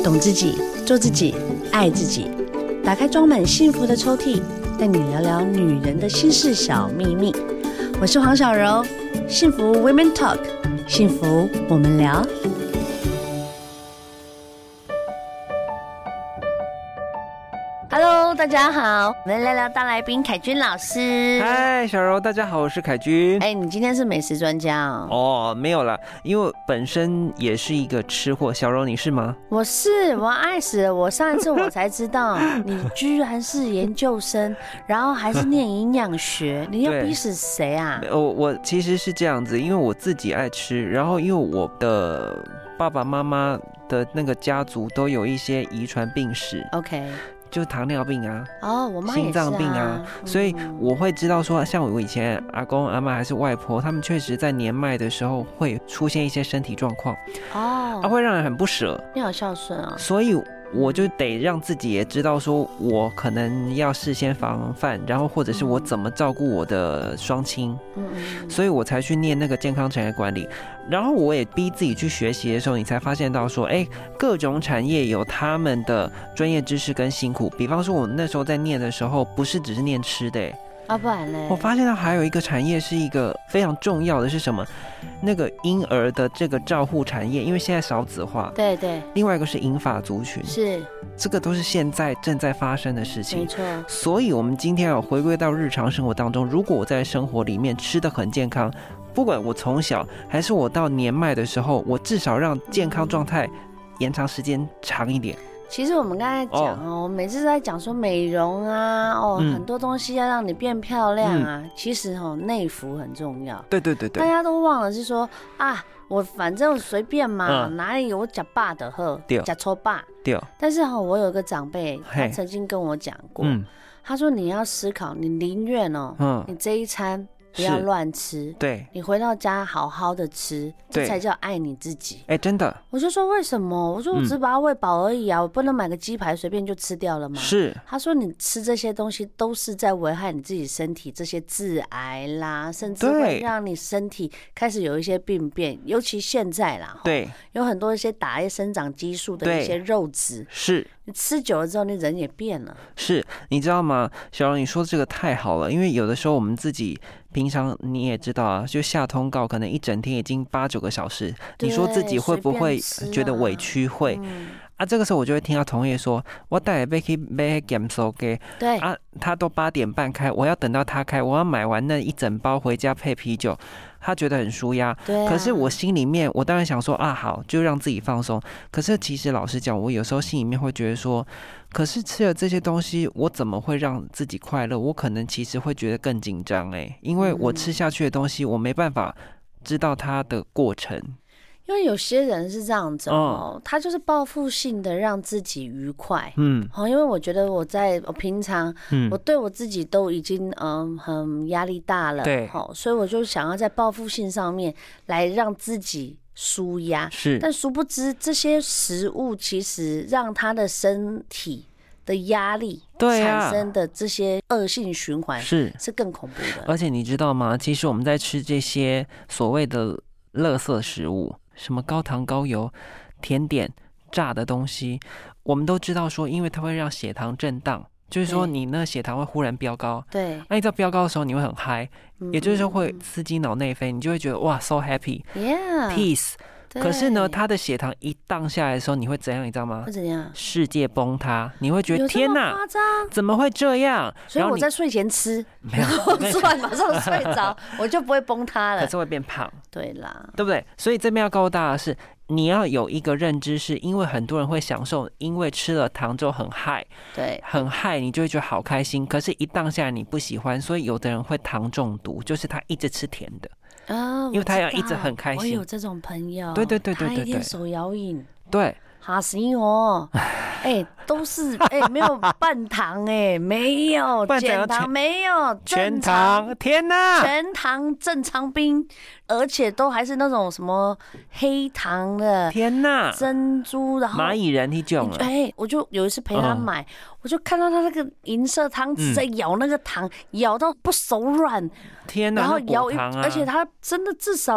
懂自己，做自己，爱自己。打开装满幸福的抽屉，带你聊聊女人的心事小秘密。我是黄小柔，幸福 Women Talk， 幸福我们聊。Hello， 大家好，我们来聊大来宾凯君老师。 嗨，小柔，大家好，我是凯君。 你今天是美食专家哦？ 哦，没有啦，因为本身也是一个吃货。小柔，你是吗？ 我爱死了。我上一次我才知道，你居然是研究生，然后还是念营养学，你要逼死谁啊？ 我其实是这样子，因为我自己爱吃，然后因为我的爸爸妈妈的那个家族都有一些遗传病史。 OK。 就糖尿病啊， 我妈也是啊， 心脏病啊，所以我会知道说，像我以前阿公阿嬷还是外婆，他们确实在年迈的时候会出现一些身体状况，会让人很不舍。 你好孝顺啊！ 所以我就得让自己也知道说，我可能要事先防范，然后或者是我怎么照顾我的双亲，所以我才去念那个健康产业管理。然后我也逼自己去学习的时候，你才发现到说，各种产业有他们的专业知识跟辛苦。比方说，我那时候在念的时候，不是只是念吃的， 不然嘞？我发现到还有一个产业是一个非常重要的，是什么？那个婴儿的这个照护产业，因为现在少子化， 对。 另外一个是银发族群， 是这个都是现在正在发生的事情， 没错。 所以我们今天要回归到日常生活当中，如果我在生活里面吃得很健康，不管我从小还是我到年迈的时候，我至少让健康状态延长时间长一点。 其实我们刚才讲每次在讲说美容啊，很多东西要让你变漂亮啊，其实内服很重要。 对， 大家都忘了是说我反正随便嘛，哪里有我假爸的喝，假抽爸。对。但是我有一个长辈，他曾经跟我讲过，他说你要思考，你宁愿你这一餐不要乱吃， 对， 你回到家好好的吃，这才叫爱你自己。 真的。 我就说为什么？我说我只把它喂饱而已啊，我不能买个鸡排随便就吃掉了吗？ 是。 他说你吃这些东西都是在危害你自己身体，这些致癌啦，甚至会让你身体开始有一些病变，尤其现在啦，对，有很多一些打一些生长激素的一些肉质，是你吃久了之后，你人也变了。是， 你知道吗，小荣，你说这个太好了，因为有的时候我们自己平常你也知道啊，就下通告可能一整天已经8、9个小时，你说自己会不会觉得委屈？会。这个时候我就会听到同业说，我带来去买减瘦给，对啊，他都8点半开，我要等到他开，我要买完那一整包回家配啤酒，他觉得很舒压。对，可是我心里面，我当然想说好，就让自己放松。可是其实老实讲，我有时候心里面会觉得说，可是吃了这些东西，我怎么会让自己快乐？我可能其实会觉得更紧张因为我吃下去的东西，我没办法知道它的过程。 因为有些人是这样子他就是报复性的让自己愉快，因为我觉得我平常我对我自己都已经很压力大了，对，所以我就想要在报复性上面来让自己抒压，是，但殊不知这些食物其实让他的身体的压力产生的这些恶性循环是更恐怖的。 而且你知道吗？其实我们在吃这些所谓的垃圾食物，什么高糖高油甜点炸的东西，我们都知道说因为它会让血糖震荡，就是说你那血糖会忽然飙高，对，那你在飙高的时候你会很嗨，也就是说会刺激脑内啡，你就会觉得哇 so happy peace。可是呢，他的血糖一荡下来的时候，你会怎样？你知道吗？会怎样？世界崩塌，你会觉得天哪，怎么会这样？ 所以我在睡前吃，然后吃完马上睡着，我就不会崩塌了。 可是会变胖， 对啦， 对不对？所以这边要告诉大家的是，你要有一个认知，是因为很多人会享受，因为吃了糖之后很嗨，对，很嗨，你就会觉得好开心。可是，一荡下来你不喜欢，所以有的人会糖中毒，就是他一直吃甜的。因为他要一直很开心。 我有这种朋友， 对， 他一天手摇饮， 对， 哈行都是没有半糖没有减糖，没有全糖，天哪， 全糖正常冰，而且都还是那种什么黑糖的， 天哪， 珍珠，然后蚂蚁人那种我就有一次陪他买，我就看到他那个银色汤匙在咬那个糖，咬到不手软， 天哪， 然后咬糖而且他真的至少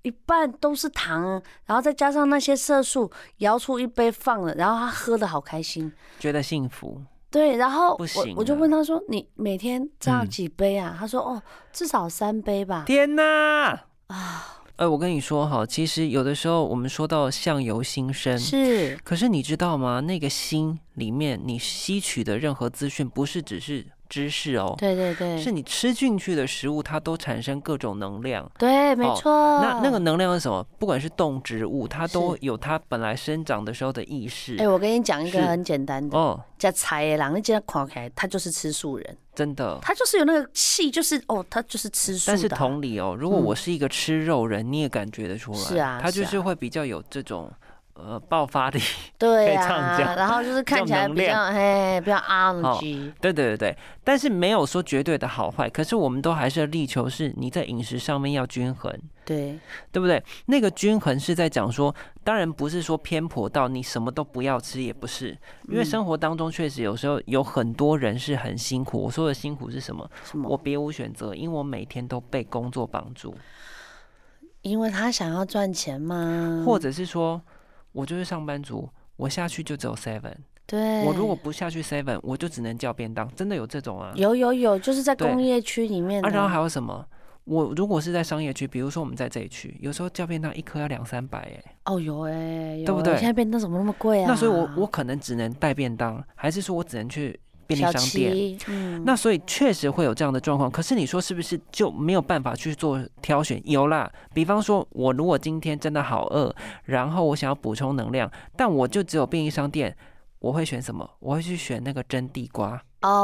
一半都是糖，然后再加上那些色素，摇出一杯放了，然后他喝得好开心， 觉得幸福。 对，然后我就问他说：“你每天这样几杯啊？”他说：“哦，至少3杯吧。” 天哪！我跟你说哈，其实有的时候我们说到相由心生， 是， 可是你知道吗？那个心里面你吸取的任何资讯，不是只是知识哦， 对对对， 是你吃进去的食物，它都产生各种能量。 对，没错。 那个能量是什么？不管是动植物，它都有它本来生长的时候的意识。 我跟你讲一个很简单的，叫菜的人，你今天看起来他就是吃素人， 真的， 他就是有那个气，就是他就是吃素的。 但是同理如果我是一个吃肉人，你也感觉得出来， 是啊， 他就是会比较有这种。爆发力， 对啊，然后就是看起来比较energy， 对对对对，但是没有说绝对的好坏，可是我们都还是力求是你在饮食上面要均衡， 对不对？那个均衡是在讲说，当然不是说偏颇到你什么都不要吃，也不是，因为生活当中确实有时候有很多人是很辛苦。我说的辛苦是什么？我别无选择，因为我每天都被工作绑住， 因为他想要赚钱嘛， 或者是说。我就是上班族，我下去就只有 7， 对， 我如果不下去 7， 我就只能叫便当，真的有这种啊？ 有，就是在工业区里面然后还有什么？我如果是在商业区，比如说我们在这一区，有时候叫便当1颗要200-300 有对不对？ 现在便当怎么那么贵啊？ 那所以我可能只能带便当，还是说我只能去便利商店？那所以确实会有这样的状况。可是你说是不是就没有办法去做挑选？有啦，比方说我如果今天真的好饿，然后我想要补充能量，但我就只有便利商店，我会选什么？我会去选那个蒸地瓜。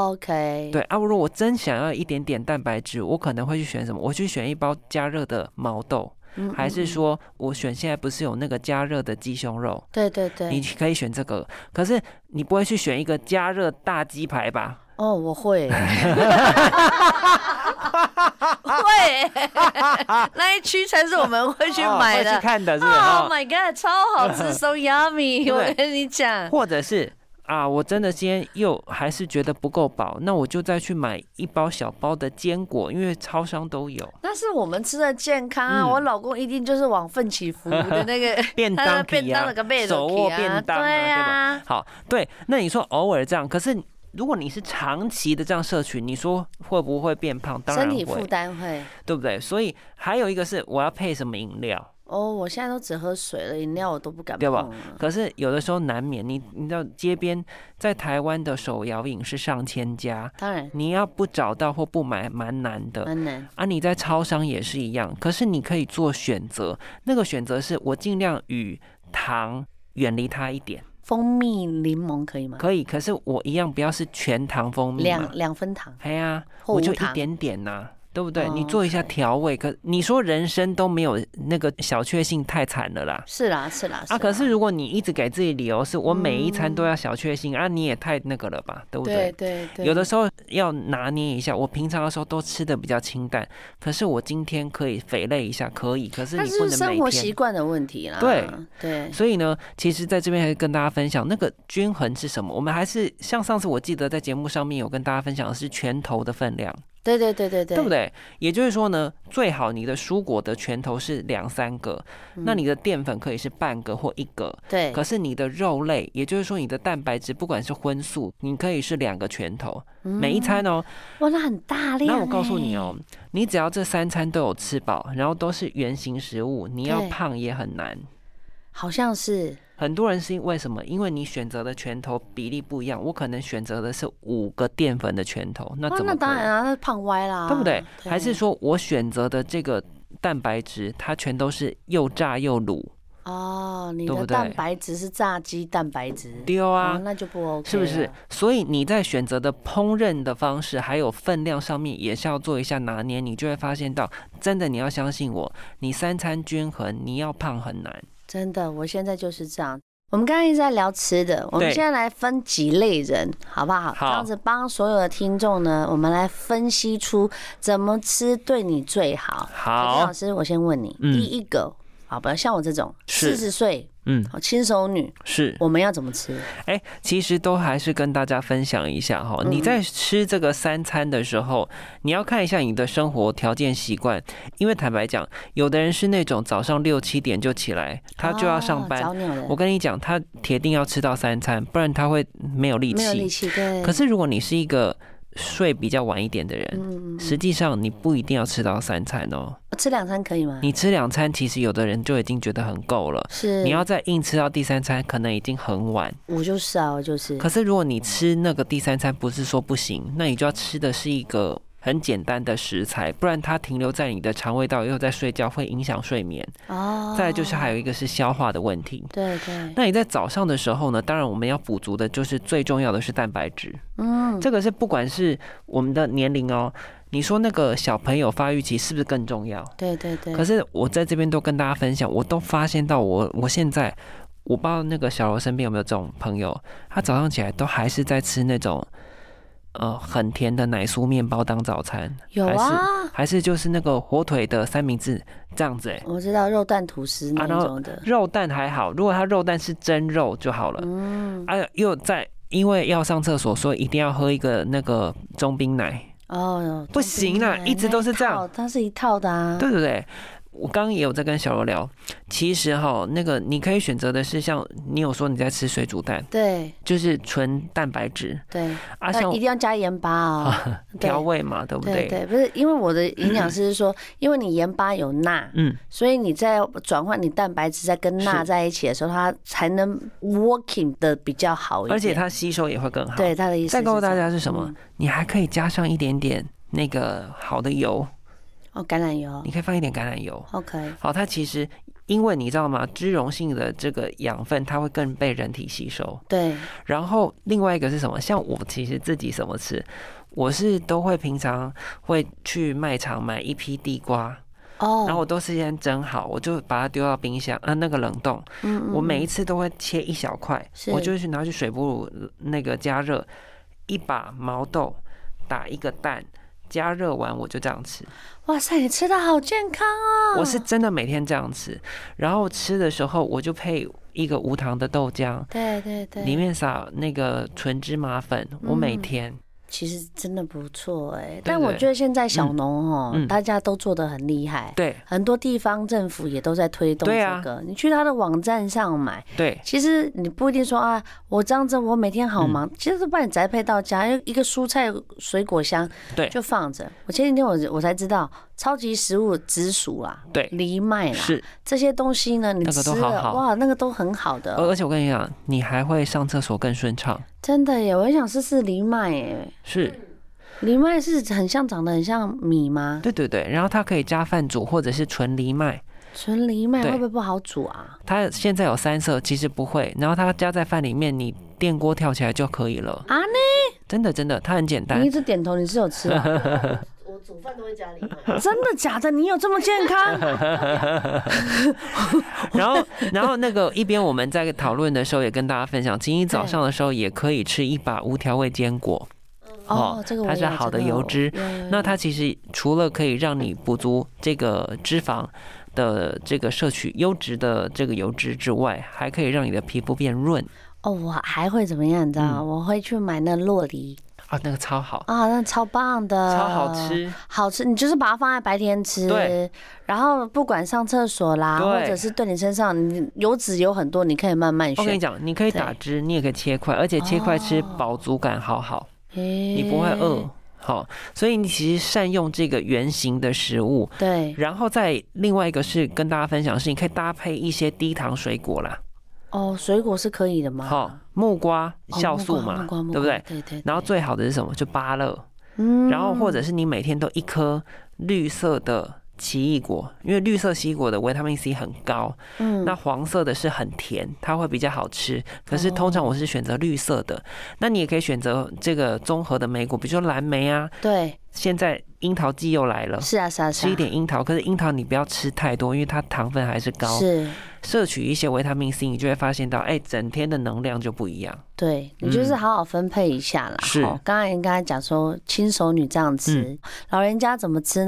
OK， 对啊，如果我真想要一点点蛋白质，我可能会去选什么？我去选一包加热的毛豆。还是说我选现在不是有那个加热的鸡胸肉？ 对对对， 你可以选这个，可是你不会去选一个加热大鸡排吧？ 我会，会，那一区才是我们会去买的， 会去看的，是不是 ？Oh my god， 超好吃，so yummy！ 我跟你讲， 或者是。我真的今天又还是觉得不够饱，那我就再去买一包小包的坚果，因为超商都有。 那是我们吃的健康啊！我老公一定就是往奋起服的那个便当那个手握便当对啊， 对吧？好，对，那你说偶尔这样，可是如果你是长期的这样摄取，你说会不会变胖？当然会， 身体负担会， 对不对？所以还有一个是我要配什么饮料。 我现在都只喝水了，饮料我都不敢碰， 对吧？可是有的时候难免，你知道街边在台湾的手摇饮是上千家， 当然你要不找到或不买蛮难的， 蛮难啊。你在超商也是一样，可是你可以做选择，那个选择是我尽量与糖远离它一点。 蜂蜜柠檬可以吗？ 可以，可是我一样不要是全糖蜂蜜嘛 ，2分糖。 哎呀，我就一点点呐。对不对？你做一下调味，可你说人生都没有那个小确幸，太惨了啦。 是啦。 可是如果你一直给自己理由是我每一餐都要小确幸你也太那个了吧，对不对？ 对。 有的时候要拿捏一下，我平常的时候都吃的比较清淡，可是我今天可以肥类一下，可以。可是你不能每天。 生活习惯的问题啦。对。 所以呢，其实在这边还是跟大家分享那个均衡是什么。我们还是像上次我记得在节目上面有跟大家分享的是拳头的分量。 对， 对不对？也就是说呢，最好你的蔬果的拳头是2-3个，那你的淀粉可以是半个或1个。 对。 可是你的肉类，也就是说你的蛋白质，不管是荤素，你可以是2个拳头，每一餐哦。 哇，那很大量。 那我告诉你哦，你只要这3餐都有吃饱，然后都是原型食物，你要胖也很难。 好像是。 很多人是因为什么？因为你选择的拳头比例不一样，我可能选择的是5个淀粉的拳头，那怎么？ 那当然啊，那胖歪啦， 对不对？还是说我选择的这个蛋白质，它全都是又炸又卤？ 你的蛋白质是炸鸡蛋白质， 对啊， 那就不 OK， 是不是？所以你在选择的烹饪的方式还有分量上面也是要做一下拿捏，你就会发现到，真的你要相信我，你3餐均衡，你要胖很难。 真的，我现在就是这样。我们刚刚一直在聊吃的，我们现在来分几类人，好不好？ 好， 这样子帮所有的听众呢，我们来分析出怎么吃对你最好。 好， 田老师，我先问你，第一个，好，不要像我这种40岁轻熟女是我们要怎么吃？ 其实都还是跟大家分享一下哈。你在吃这个3餐的时候，你要看一下你的生活条件习惯，因为坦白讲，有的人是那种早上6、7点就起来，他就要上班。我跟你讲，他铁定要吃到3餐，不然他会没有力气。 没有力气，对。 可是如果你是一个睡比较晚一点的人，实际上你不一定要吃到3餐哦。 吃2餐可以吗？ 你吃2餐，其实有的人就已经觉得很够了。 是， 你要再硬吃到第3餐，可能已经很晚。 我就是。 可是如果你吃那个第3餐，不是说不行，那你就要吃的是一个很简单的食材，不然它停留在你的肠胃道又在睡觉，会影响睡眠。再来就是还有一个是消化的问题。 对。 那你在早上的时候呢，当然我们要补足的就是最重要的是蛋白质。这个是不管是我们的年龄哦，你说那个小朋友发育期是不是更重要？ 对。 可是我在这边都跟大家分享，我都发现到我现在，我不知道那个小柔身边有没有这种朋友，他早上起来都还是在吃那种很甜的奶酥面包当早餐。 有啊， 还是就是那个火腿的三明治这样子。 我知道肉蛋吐司那种的。 肉蛋还好，如果它肉蛋是真肉就好了。又在因为要上厕所，所以一定要喝一个那个中冰奶。不行啦，一直都是这样。 它是一套的啊。 对。我刚刚也有在跟小柔聊，其实那个你可以选择的是像你有说你在吃水煮蛋， 对， 就是纯蛋白质， 对像一定要加盐巴调味嘛，对不对？ 对，不是因为我的营养师是说，因为你盐巴有钠，所以你在转换你蛋白质在跟钠在一起的时候，它才能 working 的比较好一点， 而且它吸收也会更好。 对，它的意思。 再告诉大家是什么？你还可以加上一点点那个好的油。 橄榄油， 你可以放一点橄榄油。 OK， 好，它其实因为你知道吗？脂溶性的这个养分，它会更被人体吸收。 对。 然后另外一个是什么？像我其实自己怎么吃，我是都会平常会去卖场买一批地瓜。然后我都是先蒸好，我就把它丢到冰箱那个冷冻。我每一次都会切一小块，我就去拿去水波炉那个加热，一把毛豆打一个蛋。加热完我就这样吃。 哇塞，你吃的好健康啊！ 我是真的每天这样吃，然后吃的时候我就配一个无糖的豆浆， 对， 里面撒那个纯芝麻粉，我每天。 其实真的不错但我觉得现在小农大家都做得很厉害， 对， 很多地方政府也都在推动这个。你去他的网站上买， 对， 其实你不一定说我这样子我每天好忙，其实都帮你宅配到家，一个蔬菜水果箱， 对， 就放着。我前几天我才知道，超级食物紫薯啦， 对， 藜麦啦， 是这些东西呢，你吃了哇，那个都很好的。 而且我跟你讲，你还会上厕所更顺畅。 真的耶，我很想试试藜麦耶。 是， 藜麦是长得很像米吗？ 对，然后它可以加饭煮，或者是纯藜麦。 纯藜麦会不会不好煮啊？它现在有3色，其实不会。然后它加在饭里面，你电锅跳起来就可以了。真的，它很简单。 你一直点头，你是有吃啊？我煮饭都会加藜麦。真的假的？你有这么健康？ 然后那个一边我们在讨论的时候，也跟大家分享，其实你早上的时候也可以吃一把无调味坚果。 这个它是好的油脂。那它其实除了可以让你补足这个脂肪的这个摄取优质的这个油脂之外，还可以让你的皮肤变润。 我还会怎么样？你知道我会去买那酪梨。 那个超好那超棒的， 超好吃， 好吃。你就是把它放在白天吃， 对。 然后不管上厕所啦，或者是对你身上，你油脂有很多，你可以慢慢选。 我跟你讲，你可以打汁，你也可以切块，而且切块吃饱足感好，你不会饿。好，所以你其实善用这个原型的食物， 对。 然后再另外一个是跟大家分享的是，你可以搭配一些低糖水果啦。 水果是可以的吗？ 好，木瓜酵素嘛，对不对？ 对。 然后最好的是什么？就芭乐。然后或者是你每天都一颗绿色的奇异果，因为绿色奇异果的维他命 C 很高。那黄色的是很甜，它会比较好吃。可是通常我是选择绿色的。那你也可以选择这个综合的莓果，比如说蓝莓啊。 对。 现在樱桃季又来了， 是啊， 吃一点樱桃。可是樱桃你不要吃太多，因为它糖分还是高。 是。 摄取一些维他命 C， 你就会发现到，整天的能量就不一样。 对，你就是好好分配一下啦。 是。 刚才讲说轻熟女这样吃，老人家怎么吃呢？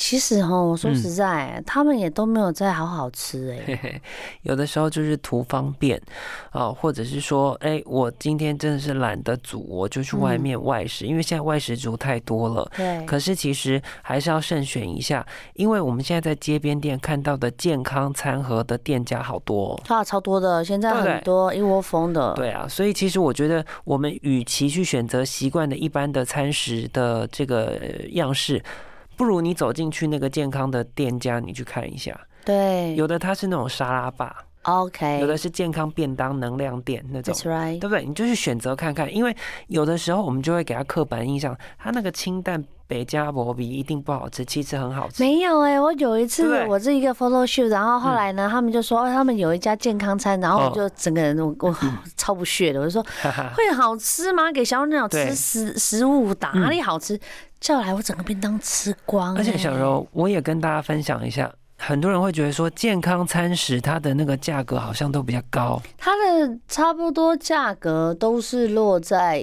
其实我说实在，他们也都没有在好好吃有的时候就是图方便或者是说，我今天真的是懒得煮，我就去外面外食，因为现在外食族太多了。 对。 可是其实还是要慎选一下，因为我们现在在街边店看到的健康餐盒的店家好多超多的，现在很多一窝蜂的。 对啊，所以其实我觉得我们与其去选择习惯的一般的餐食的这个样式，不如你走进去那个健康的店家，你去看一下。 对， 有的它是那种沙拉吧 ，OK， 有的是健康便当、能量店那种， That's right， 对不对？你就去选择看看，因为有的时候我们就会给他刻板印象，他那个清淡北加伯比一定不好吃，其实很好吃。 没有我有一次我是一个 photo shoot， 然后后来呢，他们就说他们有一家健康餐，然后我就整个人我超不屑的，我就说会好吃吗？给小鸟吃食物哪里好吃？叫来我整个便当吃光。 而且小柔，我也跟大家分享一下。很多人会觉得说健康餐食它的那个价格好像都比较高， 它的差不多价格都是落在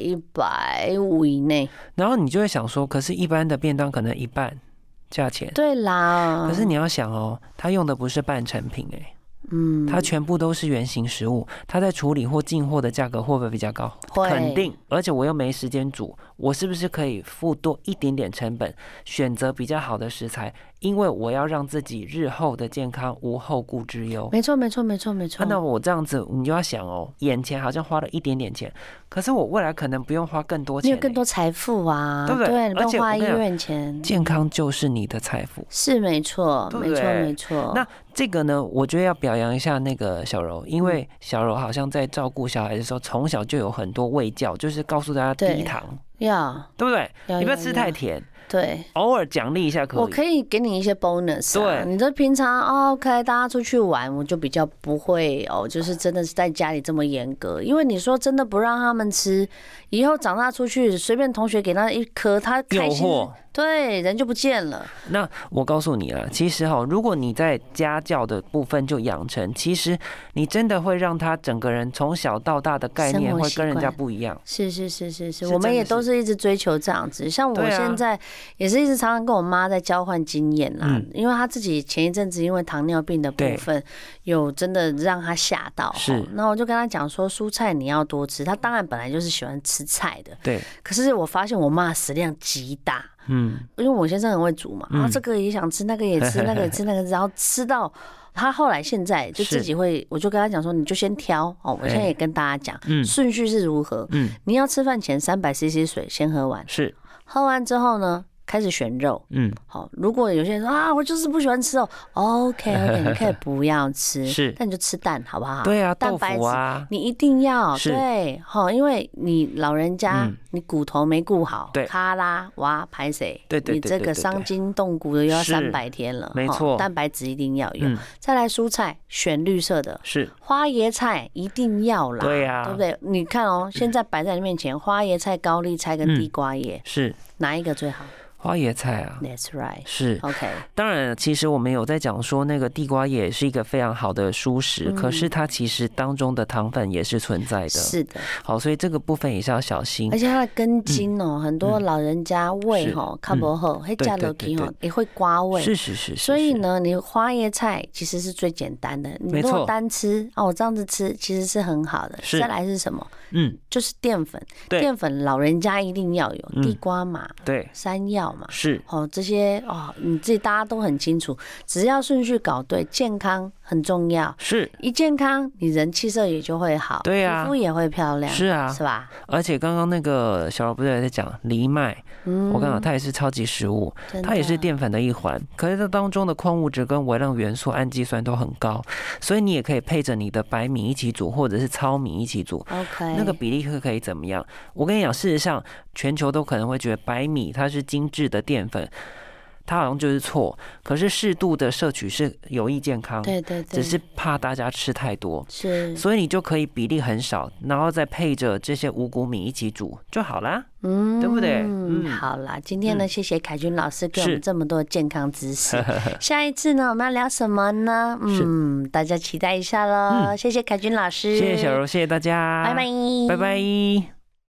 150以内， 然后你就会想说，可是一般的便当可能一半价钱。 对啦， 可是你要想它用的不是半成品它全部都是原型食物，它在处理或进货的价格会不会比较高？肯定，而且我又没时间煮，我是不是可以付多一点点成本，选择比较好的食材？因为我要让自己日后的健康无后顾之忧。 没错。 那我这样子，你就要想眼前好像花了一点点钱，可是我未来可能不用花更多钱， 你有更多财富啊， 对不对？ 对，你不用花医院钱， 健康就是你的财富， 是没错， 对不对？ 没错。 那这个呢，我觉得要表扬一下那个小柔，因为小柔好像在照顾小孩的时候，从小就有很多卫教，就是告诉大家低糖，对不对？你不要吃太甜。 对， 偶尔奖励一下可以。 我可以给你一些 bonus， 对， 你这平常OK， 大家出去玩，我就比较不会就是真的是在家里这么严格，因为你说真的不让他们吃，以后长大出去随便同学给他一颗，他开心，对，人就不见了。 那我告诉你啊，其实如果你在家教的部分就养成，其实你真的会让他整个人从小到大的概念会跟人家不一样。 是，我们也都是一直追求这样子。像我现在也是一直常常跟我妈在交换经验啦，因为她自己前一阵子因为糖尿病的部分有真的让她吓到，那我就跟她讲说，蔬菜你要多吃。她当然本来就是喜欢吃菜的， 对。 可是我发现我妈食量极大。因为我先生很会煮嘛，然后这个也想吃，那个也吃，那个也吃，然后吃到他后来现在就自己会，我就跟他讲说，你就先挑我现在也跟大家讲，顺序是如何。你要吃饭前300cc 水先喝完， 是喝完之后呢，开始选肉。好，如果有些人说我就是不喜欢吃肉 ，OK， 你可以不要吃，是，但你就吃蛋好不好？ 对啊， 蛋白质你一定要对，因为你老人家你骨头没顾好，咔啦哇拍谁？ 对， 你这个伤筋动骨的又要300天了， 没错， 蛋白质一定要有。再来蔬菜选绿色的，是花椰菜一定要啦，对呀，对不对？你看现在摆在你面前，花椰菜、高丽菜跟地瓜叶，是哪一个最好？ 花椰菜啊 ，That's right， 是 OK。 当然，其实我们有在讲说，那个地瓜叶是一个非常好的蔬食，可是它其实当中的糖分也是存在的。是的，好，所以这个部分也是要小心。 而且它的根茎很多老人家胃看不好，会加落去也会刮胃。是。所以呢，你花椰菜其实是最简单的，你如果单吃我这样子吃其实是很好的。再来是什么？就是淀粉。淀粉老人家一定要有，地瓜嘛，对，山药。是这些你自己大家都很清楚，只要顺序搞对，健康很重要。是一健康，你人气色也就会好，对啊，皮肤也会漂亮，是啊，是吧？ 而且刚刚那个小柔不是也在讲藜麦，我刚刚它也是超级食物，它也是淀粉的一环，可是它当中的矿物质跟微量元素、氨基酸都很高，所以你也可以配着你的白米一起煮，或者是糙米一起煮。OK， 那个比例可以怎么样？我跟你讲，事实上全球都可能会觉得白米它是精致的淀粉，它好像就是错，可是适度的摄取是有益健康，对，只是怕大家吃太多，是，所以你就可以比例很少，然后再配着这些五谷米一起煮就好啦，对不对？ 好啦，今天呢，谢谢凯君老师给我们这么多健康知识，下一次呢，我们要聊什么呢？大家期待一下咯。谢谢凯君老师， 谢谢小柔，谢谢大家， 拜拜， 拜拜。